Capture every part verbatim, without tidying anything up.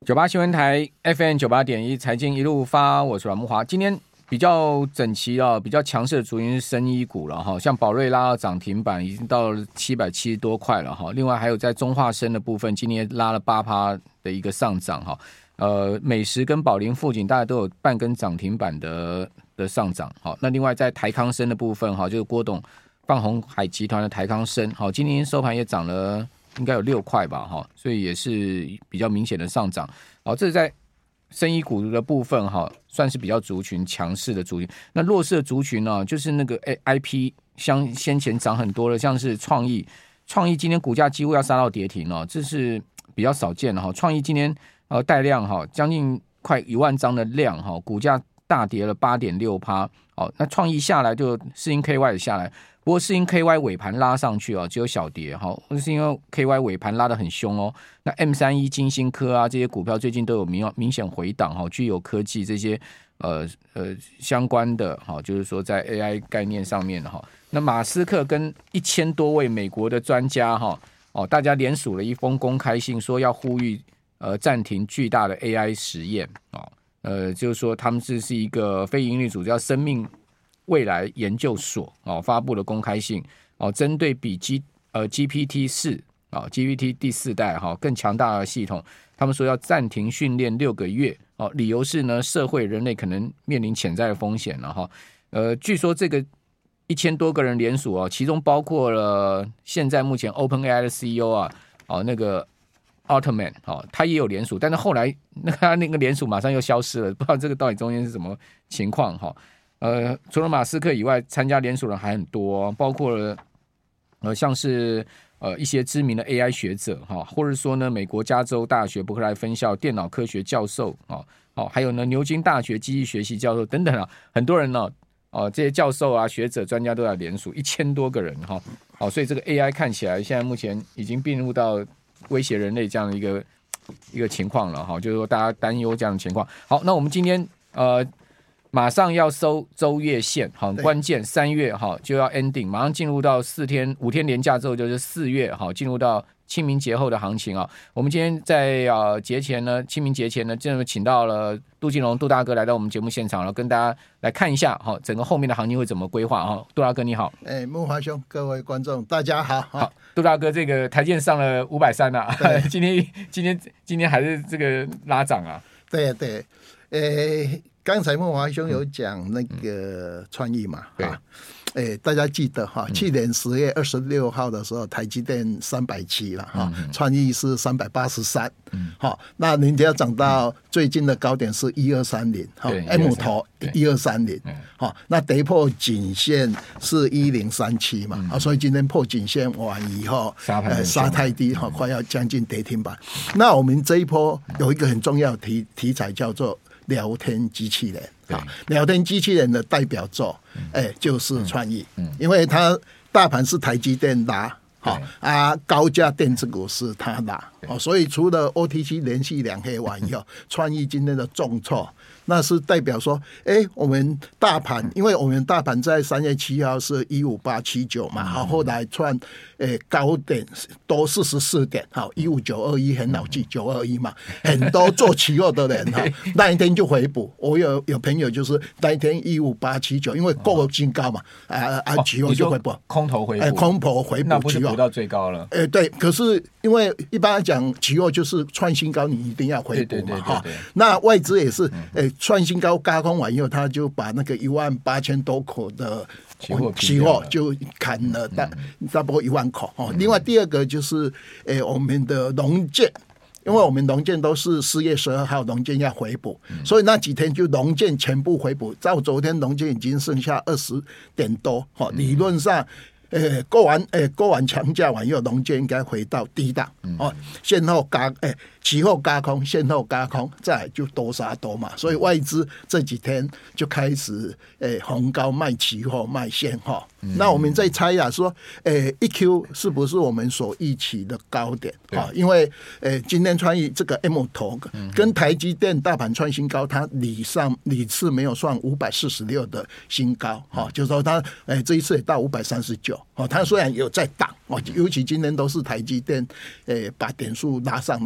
九八新闻台 F M 九八点一财经一路发，我是阮慕骅。今天比较整齐啊，比较强势的族群是生医股了哈，像宝瑞拉到涨停板，已经到了七百七十多块了哈。另外还有在中化生的部分，今天拉了八趴的一个上涨哈。呃，美食跟宝林富锦大家都有半根涨停板的的上涨哈。那另外在台康生的部分哈，就是郭董放鸿海集团的台康生，好，今天收盘也涨了。应该有六块吧，哈，所以也是比较明显的上涨。好，这是在生医股的部分，哈，算是比较族群强势的族群。那弱势的族群呢，就是那个 I P， 像先前涨很多的，像是创意，创意今天股价几乎要杀到跌停了，这是比较少见的哈。创意今天呃带量哈，将近快一万张的量哈，股价大跌了八点六趴。好，那创意下来就世银 K Y 也下来。不过世银 K Y 尾盘拉上去哦，只有小跌哈，是因为 K Y 尾盘拉得很凶哦。那 M 三十一 金星科啊这些股票最近都有明明显回档哈，具有科技这些呃呃相关的哈，就是说在 A I 概念上面哈。那马斯克跟一千多位美国的专家哈哦，大家联署了一封公开信，说要呼吁呃暂停巨大的 A I 实验哦，呃就是说他们这是一个非营利组织叫生命未来研究所、哦、发布了公开信、哦、针对比 G, 呃 G P T 四、哦、G P T 第四代、哦、更强大的系统，他们说要暂停训练六个月、哦、理由是呢社会人类可能面临潜在的风险了、哦呃、据说这个一千多个人联署、哦、其中包括了现在目前 OpenAI 的 C E O 啊、哦、那个Altman、哦、他也有联署，但是后来那他那个联署马上又消失了，不知道这个到底中间是什么情况、哦呃，除了马斯克以外，参加联署人还很多，包括了呃，像是呃一些知名的 A I 学者哈，或者说呢，美国加州大学伯克莱分校电脑科学教授啊，哦，还有呢牛津大学机器学系教授等等啊，很多人呢，哦，这些教授啊、学者、专家都要联署，一千多个人哈，哦，所以这个 A I 看起来现在目前已经并入到威胁人类这样的一个一个情况了哈，就是说大家担忧这样的情况。好，那我们今天呃。马上要收周月线，很关键，三月哈就要 ending， 马上进入到四天五天连假之后就是四月哈，进入到清明节后的行情啊。我们今天在呃节前呢，清明节前呢，真的请到了杜金龙杜大哥来到我们节目现场了，跟大家来看一下哈，整个后面的行情会怎么规划哈。杜大哥你好， 哎，慕骅兄，各位观众大家好。 好，杜大哥，这个台积电上了五百三啊，今天今天今天还是这个拉涨啊。 对对，呃。刚才慕骅兄有讲那个创意嘛， 对， 哎，大家记得哈，去年十月二十六号的时候，台积电三百七了哈，创意是三百八十三，好，那人家涨到最近的高点是一二三零，哈 ，M 头一二三零，好，那跌破颈线是一零三七嘛，啊，所以今天破颈线完以后，呃，杀太低哈，快要将近跌停板。那我们这一波有一个很重要的题题材叫做聊天机器人啊，聊天机器人的代表作，哎、欸，就是创意，嗯嗯、因为它大盘是台积电拉，好啊，高价电子股是它拉，哦，所以除了 O T C 连续两黑完以后，创意今天的重挫。那是代表说，哎、欸，我们大盘，因为我们大盘在三月七号是一五八七九嘛，好，后来创，诶、欸、高点多四十四点，好，一五九二一很老记九二一嘛，很多做期货的人哈，那一天就回补。我有有朋友就是那一天一五八七九，因为过新高嘛，啊啊，期货就回补， 空头回补， 哎、欸，空头回补， 那不是补到最高了？ 哎、欸，对，可是因为一般来讲，期货就是创新高，你一定要回补嘛，哈。那外资也是，哎、欸。创新高轧空完以后，他就把那个一万八千多口的期货就砍了大差不多一万口。哦，另外第二个就是，诶、欸，我们的农建，因为我们农建都是四月十二号农建要回补，所以那几天就农建全部回补。到昨天农建已经剩下二十点多，哦，理论上。呃，过完呃过完长假完以后，农建应该回到低档、嗯、哦，先后轧呃期后轧空，先后轧空，再来就多杀多嘛，所以外资这几天就开始呃红高卖期货卖现货、嗯。那我们在猜啊，说呃一 Q 是不是我们所预期的高点啊、哦？因为呃今天创意这个 M 头跟台积电大盘创新高，它理上理次没有算五百四十六的新高哈、哦，就是说它呃这一次也到五百三十九。哦，它虽然有在挡哦，尤其今天都是台积电，诶、欸，把点数拉上来，尾盘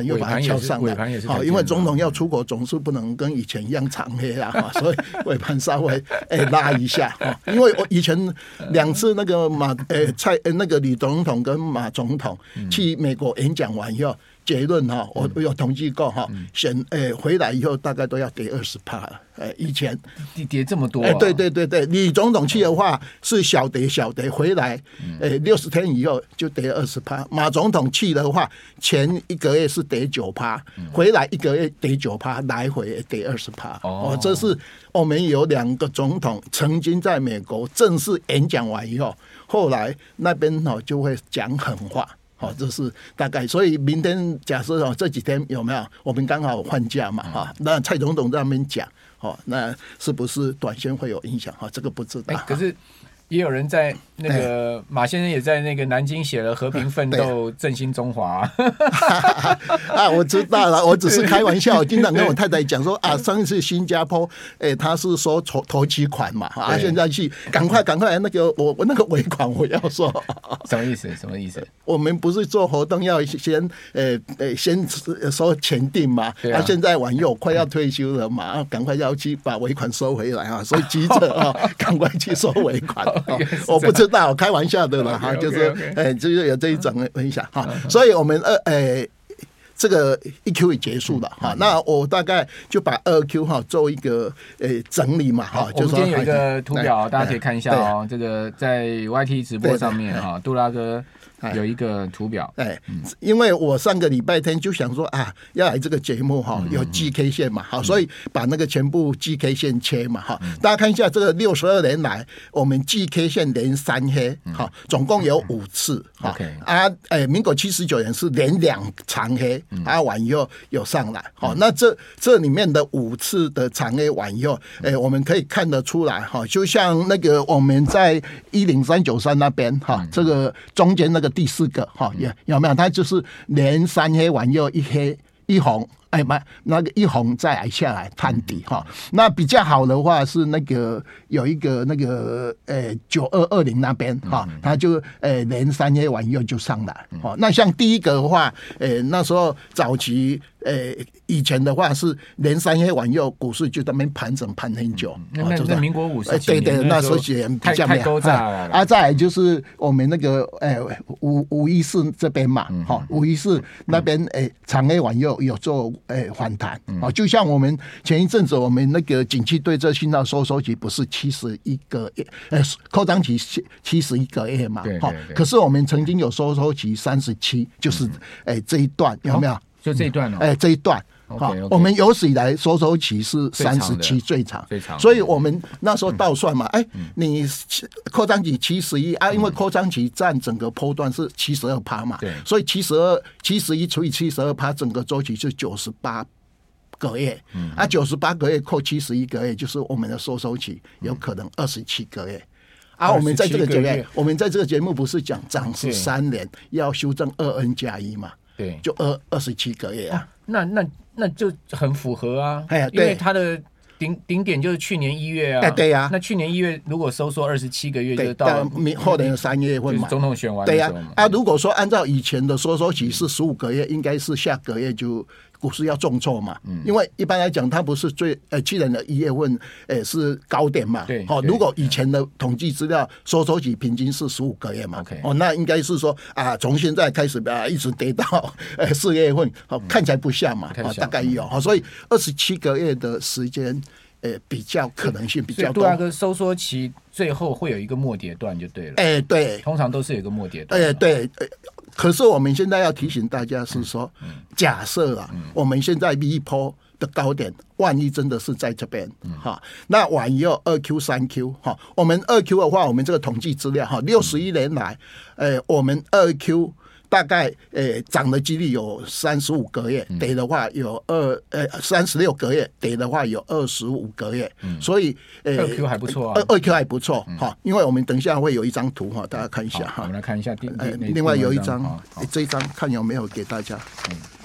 盘又把它敲上来，好，因为总统要出国总是不能跟以前一样长黑啊，所以尾盘稍微哎拉一下哈，因为我以前两次那个马呃蔡那个李总统跟马总统去美国演讲完以后。结论哈，我我有统计过哈，选诶回来以后大概都要跌二十趴了。诶，以前跌这么多、啊， 诶，对对对对，李总统去的话是小跌小跌，回来诶六十天以后就跌二十趴。马总统去的话，前一个月是跌九趴，回来一个月跌九趴，来回跌二十趴。哦，这是我们有两个总统曾经在美国正式演讲完以后，后来那边哦就会讲狠话。好，这是大概，所以明天假设哦，这几天有没有我们刚好换假嘛？哈，那蔡总统在那边讲，哦，那是不是短线会有影响？哈，这个不知道。 欸、可是也有人在那个马先生也在那个南京写了和平奋斗振兴中华、啊啊，我知道了，我只是开玩笑。我经常跟我太太讲说啊，上一次新加坡，哎、欸，他是说投投期款嘛，啊，现在去赶快赶快那个我我那个尾款我要说什么意思？什么意思？ 我们不是做活动要先呃呃先收钱定嘛，啊，现在晚又快要退休了嘛，赶快要去把尾款收回来啊，所以急着啊，赶快去收尾款。哦、我不知道，开玩笑的了哈， okay, okay, okay. 就是哎，就是有这一种分享哈，所以我们呃呃这个一 Q 也结束了哈、嗯，那我大概就把二 Q 哈做一个呃整理嘛哈， 就是我们今天有一个图表，大家可以看一下哦，这个在 Y T 直播上面哈，杜拉哥。有一个图表， 哎，因为我上个礼拜天就想说啊，要来这个节目哈，有 G K 线嘛，好，所以把那个全部 G K 线切嘛，哈，大家看一下这个六十二年来，我们 G K 线连三黑，好，总共有五次，哈，啊，哎，民国七十九年是连两长黑，啊，完以后有上来，好，那这这里面的五次的长黑完以后，哎，我们可以看得出来，哈，就像那个我们在一零三九三那边，哈，这个中间那个。第四个哈，有有没有？它就是连三黑完又一黑一红，哎，不，那个一红再来下来探底哈。那比较好的话是那个有一个那个呃九二二零那边哈，它就呃连三黑完又就上来。哦，那像第一个的话，呃那时候早期。呃，以前的话是连三黑完又股市就在那边盘整盘很久， 那那那民国五十几年，对对，那时候年比较太高炸了。 啊，再来就是我们那个呃五五一四这边嘛，哈，五一四那边诶长黑完又有做诶反弹，哦，就像我们前一阵子我们那个景气对这信号收收期不是七十一个月，呃，扩张期七十一个月嘛，哈，可是我们曾经有收收期三十七，就是诶这一段有没有？ 就这一段哦， 哎、欸，这一段，好 okay, okay 我们有史以来收收期是三十七最长， 最长， 所以我们那时候倒算嘛，哎、嗯欸，你扩张期七十一啊，因为扩张期占整个波段是七十二趴嘛，对，所以七十二七十一除以七十二趴，整个周期是九十八个月，嗯、啊，九十八个月扣七十一个月，就是我们的收收期有可能二十七个月。啊，我们在这个节目，我们在这个节目不是讲涨十三年要修正二 N 加一嘛？对，就二二十七个月啊，啊那那那就很符合啊，哎呀，因为它的顶顶点就是去年一月啊， 对对呀、啊， 那去年一月如果收缩二十七个月，就到明后年的三月份嘛， 就是总统选完对呀、啊，啊，如果说按照以前的收缩期是十五个月，应该是下个月就。股市要重挫嘛，嗯、因为一般来讲，它不是最呃去年的一月份，呃是高点嘛。对，好、哦，如果以前的统计资料收收期平均是十五个月嘛， okay, 哦，那应该是说啊，从现在开始啊，一直跌到呃四月份，好、哦嗯、看起来不像嘛，哦、大概有，好、嗯，所以二十七个月的时间，呃，比较可能性比较多。 杜大哥，收缩期最后会有一个末跌段就对了。 哎，对， 通常都是有一个末跌段。 哎，对。可是我们现在要提醒大家是说，嗯、假设啊，嗯、我们现在 V 波的高点，万一真的是在这边，哈、嗯，那完以后二 Q 三 Q 哈，我们二 Q 的话，我们这个统计资料哈，六十一年来，呃，我们二 Q。大概呃涨的几率有三十五个月，跌的话有二呃三十六个月，跌的话有二十五个月，嗯、所以呃二 Q 还不错啊， 二二 Q 还不错哈、嗯，因为我们等一下会有一张图哈，大家看一下哈， 我们来看一下第、 呃、另外有一张，欸、这一张看有没有给大家。嗯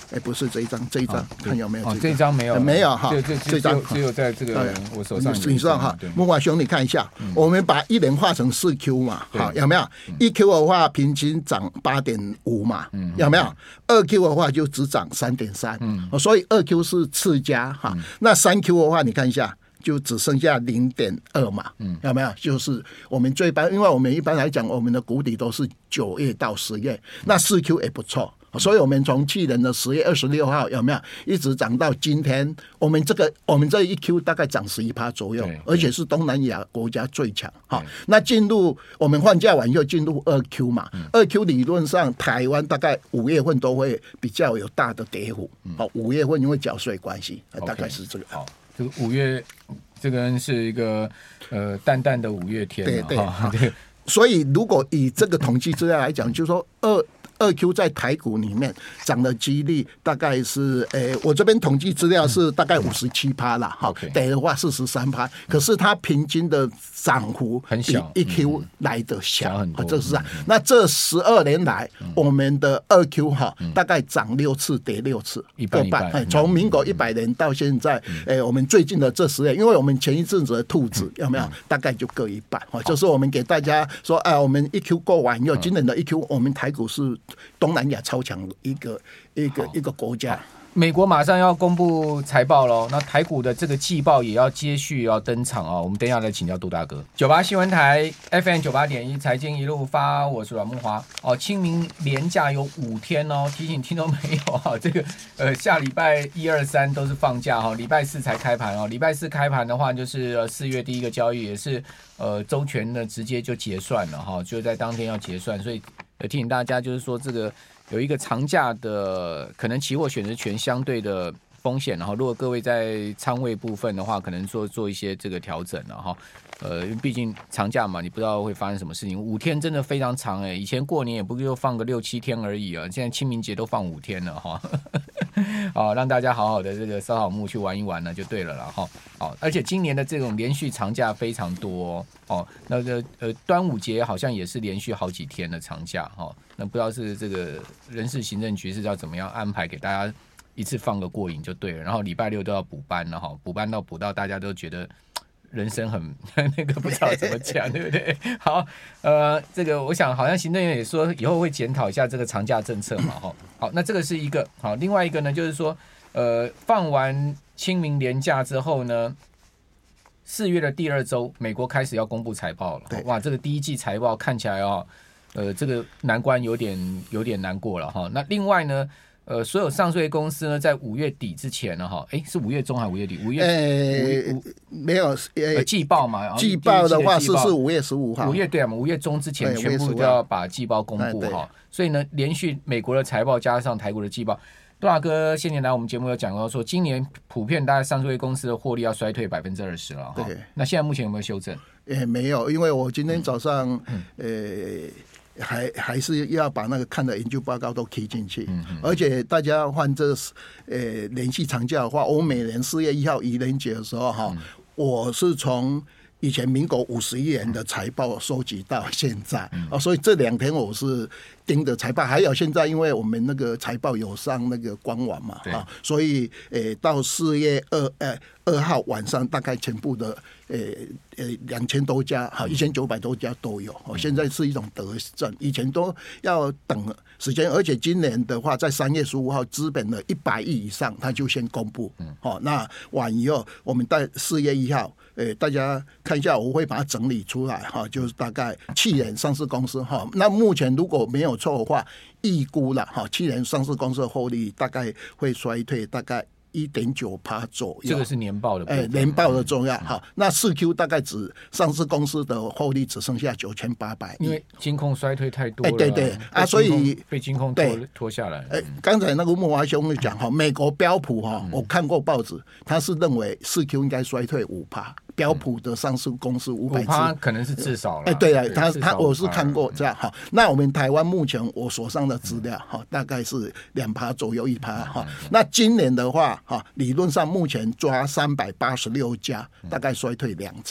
哎，不是这一张，这一张、哦、看有没有这一张？ 哦、这一张没有， 呃、没有哈， 这这这张只有在这个我手上。 你说哈，木华兄，你看一下，嗯、我们把一年画成四 Q 嘛，好有没有？一、嗯、Q 的话平均涨八点五嘛，嗯、有没有？二 Q 的话就只涨三点三，所以二 Q 是次佳哈。嗯、那三 Q 的话，你看一下。就只剩下 零点二 嘛，嗯，有没有？就是我们最般，因为我们一般来讲，我们的谷底都是九月到十月，那四 Q 也不错，所以我们从去年的十月二十六号有没有一直涨到今天？我们这个我们这一 Q 大概涨十一趴左右，而且是东南亚国家最强。好，那进入我们放假完又进入二 Q 嘛，二 Q 理论上台湾大概五月份都会比较有大的跌幅，好，五月份因为缴税关系，大概是这个。 好。这个五月，这个是一个呃淡淡的五月天， 对对、哦、对。所以如果以这个统计资料来讲，就是说二二 Q 在台股里面涨的几率大概是，诶，我这边统计资料是大概五十七趴啦，哈，跌的话四十三趴，可是它平均的涨幅很小， 一 Q 来的小， 很多， 这是啊。那这十二年来，我们的二 Q 哈，大概涨六次，跌六次， 一半一半。 从民国一百年到现在，诶，我们最近的这十年，因为我们前一阵子的兔子有没有，大概就各一半，就是我们给大家说，哎，我们一 Q 过完以后，今年的一 Q， 我们台股是东南亚超强的一个一个一个国家。 美国马上要公布财报喽，那台股的这个季报也要接续要登场哦。我们等一下来请教杜大哥。九八新闻台 F M 九八点一财经一路发，我是阮慕骅哦。清明连假有五天哦，提醒听众朋友哈，这个呃下礼拜一二三都是放假哈，礼拜四才开盘哦。礼拜四开盘的话，就是四月第一个交易，也是呃周权呢直接就结算了哈，就在当天要结算，所以呃提醒大家就是说这个。有一个长假的可能期货选择权相对的风险，然后如果各位在仓位部分的话，可能做做一些这个调整了哈。呃，因为毕竟长假嘛，你不知道会发生什么事情。五天真的非常长哎，以前过年也不就放个六七天而已啊，现在清明节都放五天了哈。好，让大家好好的这个烧好木去玩一玩呢，就对了啦哈。好，而且今年的这种连续长假非常多哦。那个呃，端午节好像也是连续好几天的长假哈。那不知道是这个人事行政局是要怎么样安排给大家一次放个过瘾就对了。然后礼拜六都要补班了哈，补班到补到大家都觉得人生很那个不知道怎么讲，对不对？好，呃，这个我想好像行政院也说以后会检讨一下这个长假政策嘛哈。好，那这个是一个好，另外一个呢就是说，呃，放完清明连假之后呢，四月的第二周，美国开始要公布财报了。哇，这个第一季财报看起来哦。呃，这个难关有点有点难过了哈。那另外呢，呃，所有上市公司呢，在五月底之前呢，哈，哎，是五月中还是五月底？五月， 呃，没有， 呃，季报嘛， 季报的话是是五月十五号， 五月对啊，五月中之前全部都要把季报公布哈。所以呢，连续美国的财报加上台股的季报，杜大哥先前来我们节目有讲到说，今年普遍大概上市公司的获利要衰退百分之二十了哈。那现在目前有没有修正？ 也没有，因为我今天早上，嗯、呃。还还是要把那个看的研究报告都 key 进去，嗯嗯，而且大家换这呃连续长假的话，我每年四月一号愚人节的时候哈，嗯、我是从以前民国五十一年的财报收集到现在，嗯啊、所以这两天我是盯着财报，还有现在因为我们那个财报有上那个官网嘛，啊，所以呃到四月二呃二号晚上大概全部的呃呃两千多家，好一千九百多家都有，哦，现在是一种德政，以前都要等时间，而且今年的话，在三月十五号资本的一百亿以上，它就先公布，嗯，好，那完以后我们在四月一号。呃，大家看一下，我会把它整理出来哈，就是大概去年上市公司哈，那目前如果没有错的话，预估了哈，去年上市公司的获利大概会衰退大概一点九趴左右， 这个是年报的部分， 哎，年报的重要。好、嗯，那四 Q 大概只上市公司的获利只剩下九千八百亿， 因为金控衰退太多了， 哎，对对啊，所以被金控拖拖下来。 哎，刚才那个慕骅兄讲哈，美国标普哈，我看过报纸，他是认为四 Q 应该衰退五趴。标普的上市公司五百只， 可能是至少了。 哎，对了，他他我是看过这样哈。那我们台湾目前我手上的资料哈，大概是两趴左右一趴哈。那今年的话哈，理论上目前抓三百八十六家，大概衰退两成。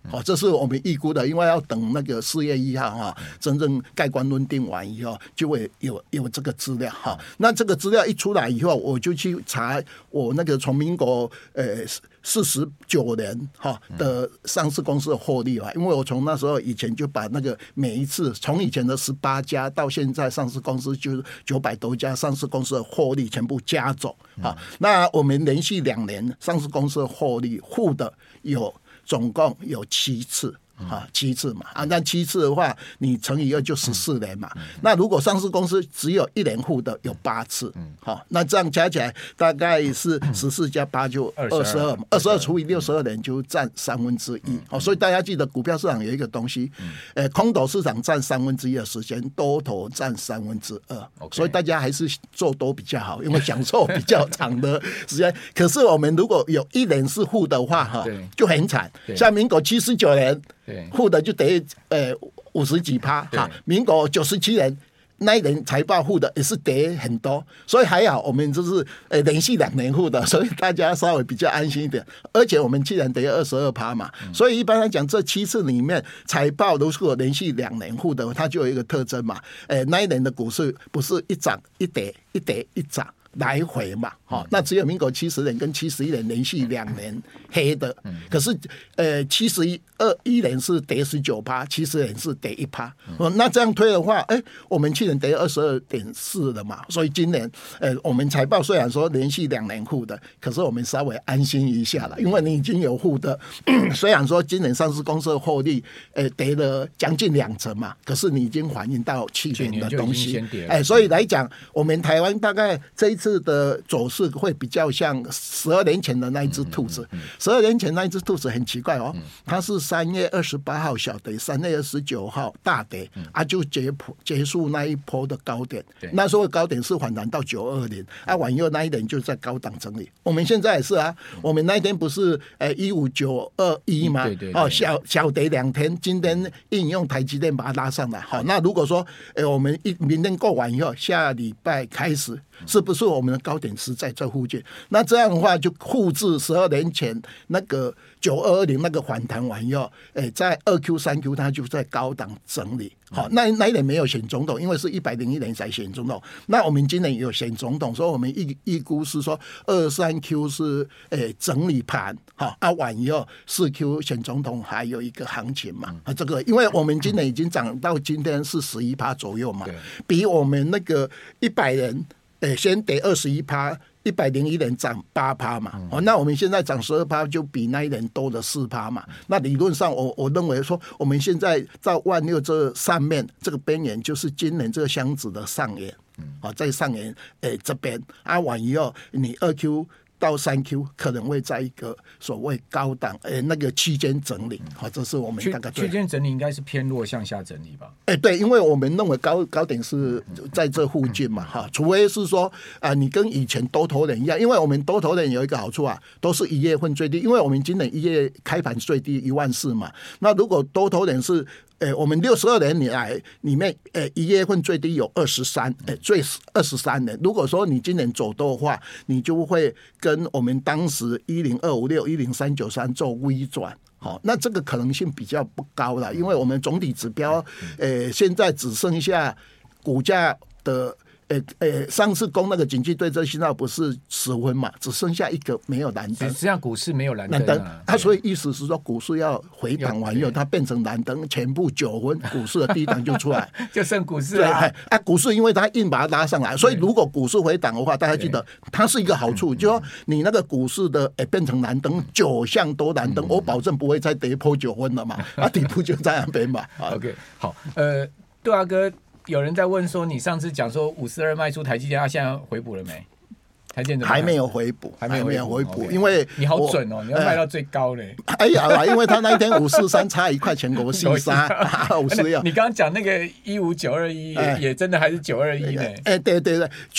哦，这是我们预估的，因为要等那个四月一号哈、哦，真正盖棺论定完以后，就会有有这个资料哈、哦。那这个资料一出来以后，我就去查我那个从民国呃四十九年哈、哦、的上市公司的获利啊，因为我从那时候以前就把那个每一次从以前的十八家到现在上市公司就是九百多家上市公司的获利全部加总啊、嗯。那我们连续两年上市公司的获利负的有总共有七次。啊，七次嘛，啊，那七次的话，你乘以二就十四年嘛、嗯嗯。那如果上市公司只有一年负的，有八次，嗯，好、哦，那这样加起来大概是十四加八就二十二嘛，二十二除以六十二年就占三分之一。嗯、哦，所以大家记得股票市场有一个东西，嗯，呃，空头市场占三分之一的时间，多头占三分之二。Okay. 所以大家还是做多比较好，因为享受比较长的时间。可是我们如果有一年是负的话，哈，就很惨。像民国七十九年。负的就等于呃五十几趴哈，民国九十七年那一年财报负的也是跌很多，所以还好我们就是呃连续两年负的，所以大家稍微比较安心一点。而且我们既然跌二十二趴嘛，所以一般来讲这七次里面财报如果连续两年负的，它就有一个特征嘛，呃那一年的股市不是一涨一跌一跌一涨。来回嘛，哦，那只有民国七十年跟七十一年连续两年黑的，可是呃七十一二一年是跌十九趴，七十年是跌一趴，哦，那这样推的话，哎，我们去年跌二十二点四了嘛，所以今年呃我们财报虽然说连续两年负的，可是我们稍微安心一下了，因为你已经有负的，虽然说今年上市公司的获利呃跌了将近两成嘛，可是你已经反映到去年的东西，哎，所以来讲，我们台湾大概这一次的走势会比较像十二年前的那一只兔子。十二年前那一只兔子很奇怪哦，它是三月二十八号小跌，三月二十九号大跌啊，就结结束那一波的高点。那时候高点是反弹到九二零啊，往右那一点就在高档整理。我们现在也是啊，我们那一天不是呃一五九二一吗？对对对哦，小小跌两天，今天应用台积电把它拉上来。好，那如果说呃我们一明天过完以后，下礼拜开始。是不是我们的高点是在这附近？那这样的话就复制十二年前那个九二二零那个反弹完以后，哎，在二 Q 三 Q 它就在高档整理。好，那那一年没有选总统，因为是一百零一年才选总统。那我们今年有选总统，所以我们预预估是说二三 Q 是诶整理盘，好，啊完以后四 Q 选总统还有一个行情嘛。啊，这个因为我们今年已经涨到今天是十一趴左右嘛，比我们那个一百人。诶，先跌二十一趴，一百零一年涨八趴嘛，哦，那我们现在涨十二趴，就比那一年多了四趴嘛。那理论上我，我我认为说，我们现在在万六这上面这个边缘，就是今年这个箱子的上沿，啊，在上沿诶这边啊，完以后你二 Q。到三 Q 可能会在一个所谓高档诶那个区间整理，好，这是我们大概区间整理应该是偏弱向下整理吧？ 哎，对，因为我们认为高高点是在这附近嘛，哈，除非是说啊、呃，你跟以前多头人一样，因为我们多头人有一个好处啊，都是一月份最低，因为我们今年一月开盘最低一万四嘛，那如果多头人是。诶，我们六十二年以来里面，诶，一月份最低有二十三，诶，最二十三年。如果说你今年走多的话，你就会跟我们当时一零二五六、一零三九三做微转。好，那这个可能性比较不高了，因为我们总体指标，诶，现在只剩下股价的。呃呃，上次攻那个景气对策信号不是十分嘛，只剩下一个没有蓝灯， 实际上股市没有蓝灯、啊， 它、啊、所以意思是说股市要回档完以后，它变成蓝灯，全部九分，股市的低档就出来， 就剩股市了、啊。 啊，股市因为它硬把它拉上来，所以如果股市回档的话，大家记得它是一个好处，就说你那个股市的诶变成蓝灯，九项多蓝灯，我保证不会再跌破九分了嘛，啊，底部就在那边嘛。 OK， 好，呃，杜大哥。有人在问说，你上次讲说五四二卖出台积电，他现在回补了没？台积电还没有回补，还没有回补，因为你好准哦，你要卖到最高嘞。 哎呀，因为他那一天五四三差一块钱，我细杀五四幺。 你刚刚讲那个一五九二一，也真的还是九二一呢？ 哎，对对对，就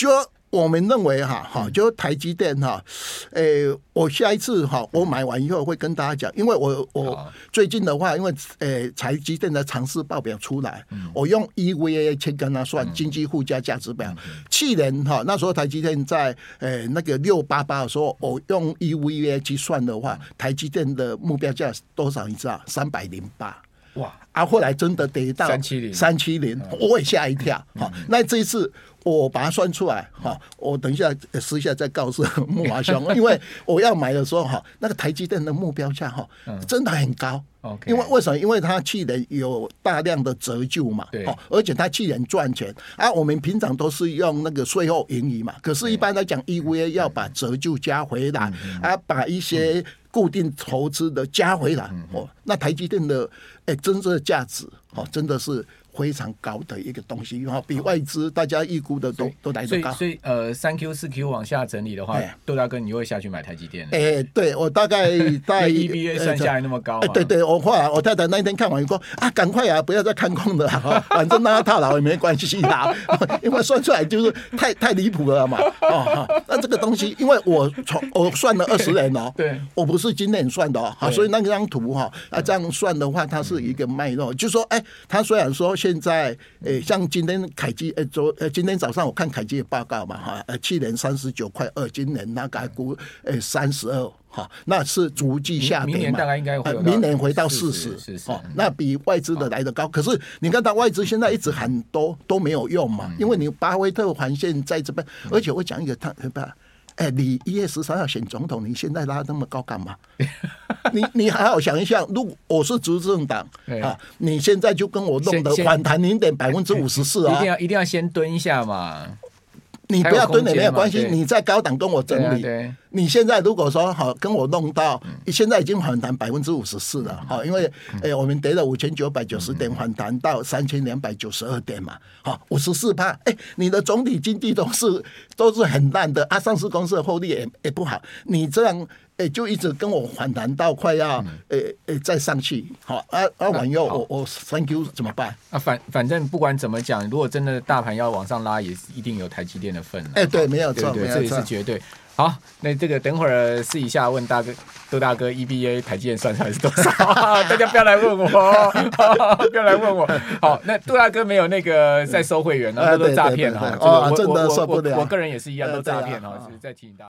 我们认为哈哈，就台积电哈，呃，我下一次哈，我买完以后会跟大家讲，因为我我最近的话，因为呃台积电的尝试报表出来，嗯、我用 E V A 去跟他算经济附加价值表。嗯、去年哈那时候台积电在呃那个六八八的时候，我用 E V A 去算的话，台积电的目标价多少？你知道？三百零八。哇！啊，后来真的跌到三七零，三七零，我也吓一跳。好、嗯，那这一次我把它算出来，哈，我等一下私下再告诉木华兄，因为我要买的时候，哈，那个台积电的目标价，哈，真的很高。Okay. 因为为什么？因为它去年有大量的折旧嘛，哦，而且它去年赚钱啊。我们平常都是用那个税后盈余嘛，可是一般来讲 ，E V A 要把折旧加回来，啊，把一些固定投资的加回来，哦，那台积电的哎真正的价值，哦，真的是非常高的一个东西，比外资大家预估的都都来得高。 所以，所以呃，三 Q 四 Q 往下整理的话，杜大哥你会下去买台积电？ 哎、欸，对我大概在 E V A 算下来那么高、啊， 哎、欸，对对，我后来我太太那一天看完说啊，赶快啊，不要再看空了、啊，反正让他套牢也没关系啦，因为算出来就是太太离谱了嘛。哦，那这个东西，因为我从我算了二十年哦，对，我不是今年算的哦，所以那张图哈、哦，啊这样算的话，它是一个脉络，就是说，哎、欸，它虽然说现在。诶，像今天凯基，呃，昨呃，今天早上我看凯基的报告嘛，哈，呃，去年三十九块二，今年大概估，呃，三十二，哈，那是逐季下跌嘛， 明年大概应该会、呃， 明年回到四十，哦，那比外资的来得高。可是你看到外资现在一直喊多都没有用嘛，因为你巴菲特环线在这边，而且我讲一个他不。哎，你一月十三号选总统，你现在拉那么高干嘛？你你好好想一下，如果我是执政党啊，你现在就跟我弄的反弹零点百分之五十四啊， 一定要一定要先蹲一下嘛。 你不要蹲也没有关系，你在高档跟我整理。 对啊对， 你现在如果说好跟我弄到，嗯、现在已经反弹百分之五十四了，好、嗯，因为诶、欸、我们跌了五千九百九十点，反弹到三千两百九十二点嘛，好，五十四趴，哎，你的总体经济都是都是很烂的啊，上市公司的获利也也不好，你这样。欸、就一直跟我反弹到快要呃呃、欸欸、再上去，好啊啊完以后我我 thank you 怎么办？ 啊反反正不管怎么讲，如果真的大盘要往上拉，也是一定有台积电的份。 哎、欸，对，没有错， 对对，这也是绝对。好，那这个等会儿私底下问大哥杜大哥 E V A 台积电算出来是多少？大家不要来问我，不要来问我。好，那杜大哥没有那个在收会员，那都诈骗哈。 哦，真的受不了。 我个人也是一样，都诈骗哈，是在提醒大家。